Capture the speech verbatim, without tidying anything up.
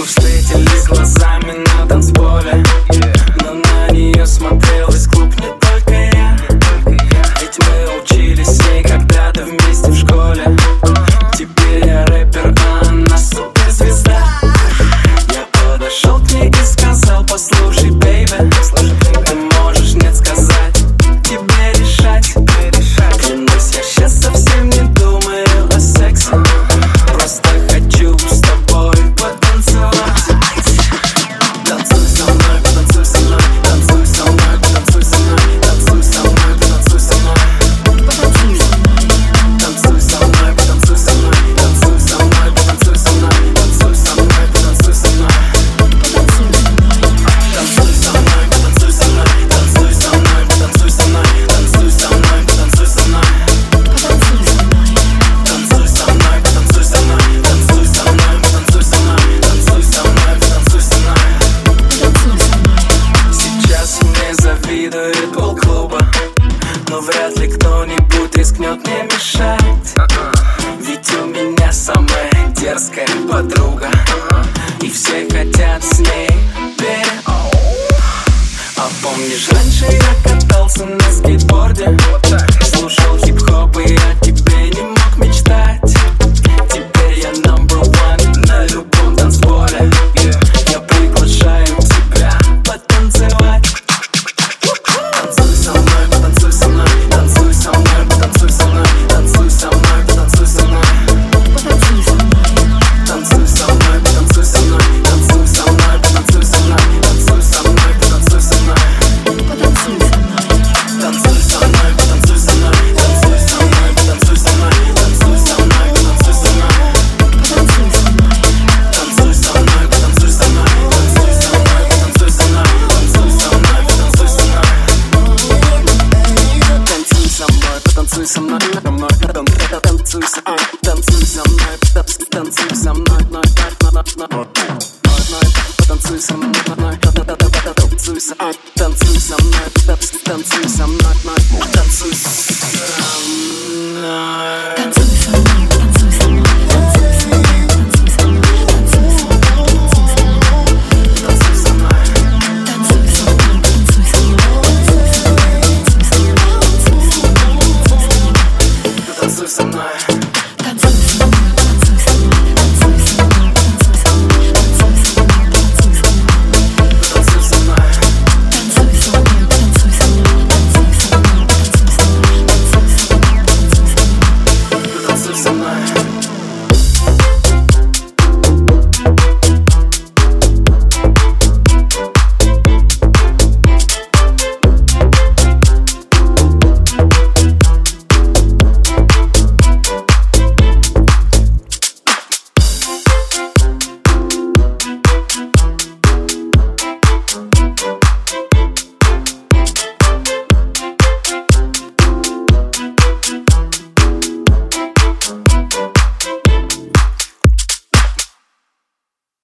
встретились глазами на танцполе, но на нее смотрел весь клуб, не только я. Ведь мы учились с ней когда-то вместе в школе. Теперь я рэпер, а она суперзвезда. Я подошел к ней и сказал: послушай, бейби, ты можешь нет сказать, тебе решать. Клянусь, я сейчас совсем не думаю о сексе, просто хочу с тобой потанцевать. Танцуй со мной, потанцуй со мной, танцуй со мной, потанцуй со мной, танцуй со мной, потанцуй со мной, танцуй со мной, потанцуй со мной, танцуй со мной, потанцуй со мной, танцуй со мной, потанцуй со мной, танцуй со мной, потанцуй со мной, танцуй со мной, потанцуй со мной, танцуй со мной, потанцуй со мной, танцуй со мной, потанцуй со мной, танцуй со мной, потанцуй со мной, танцуй со мной, потанцуй со мной. Сейчас мне завидует полклуба, но вряд ли кто-нибудь рискнет мне мешать. Ведь у меня самая дерзкая подруга, и все хотят с ней пере... А помнишь, раньше я катался на скейтборде, слушал хип-хоп, и о тебе не мог мечтать. Теперь я number one на любом танцполе. Я приглашаю тебя потанцевать. Танцуй со мной, потанцуй со мной, танцуй со мной, потанцуй со мной, танцуй со мной, потанцуй со мной, танцуй со мной, потанцуй со мной, танцуй со мной, потанцуй со мной, танцуй со мной, потанцуй со мной, танцуй со мной, потанцуй со мной, танцуй со мной, потанцуй со мной, танцуй со мной, потанцуй со мной, танцуй со мной, потанцуй со мной, танцуй со мной, потанцуй со мной, танцуй со мной, потанцуй со мной, танцуй со мной, потанцуй со мной, танцуй со мной, танцуй со мной, танцуй со мной, потанцуй со мной, танцуй со мной, танцуй со мной, танцуй со мной, танцуй со мной, танцуй со мной.